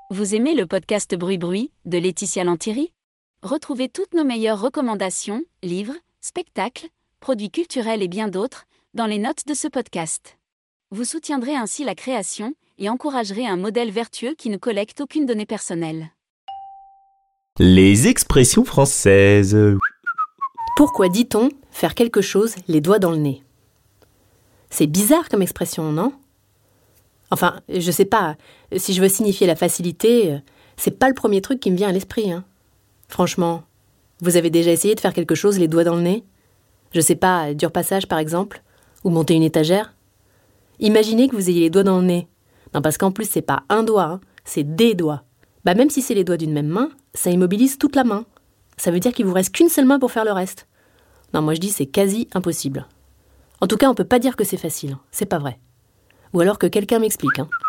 Vous aimez le podcast Bruit Bruit de Laetitia Lantieri? Retrouvez toutes nos meilleures recommandations, livres, spectacles, produits culturels et bien d'autres, dans les notes de ce podcast. Vous soutiendrez ainsi la création et encouragerez un modèle vertueux qui ne collecte aucune donnée personnelle. Les expressions françaises. Pourquoi dit-on faire quelque chose les doigts dans le nez? C'est bizarre comme expression, non? Enfin, je sais pas, si je veux signifier la facilité, c'est pas le premier truc qui me vient à l'esprit, hein. Franchement, vous avez déjà essayé de faire quelque chose les doigts dans le nez? Je sais pas, dur passage par exemple? Ou monter une étagère? Imaginez que vous ayez les doigts dans le nez. Non, parce qu'en plus c'est pas un doigt, hein, c'est des doigts. Bah même si c'est les doigts d'une même main, ça immobilise toute la main. Ça veut dire qu'il vous reste qu'une seule main pour faire le reste. Non, moi je dis c'est quasi impossible. En tout cas, on peut pas dire que c'est facile, c'est pas vrai. Ou alors que quelqu'un m'explique, hein.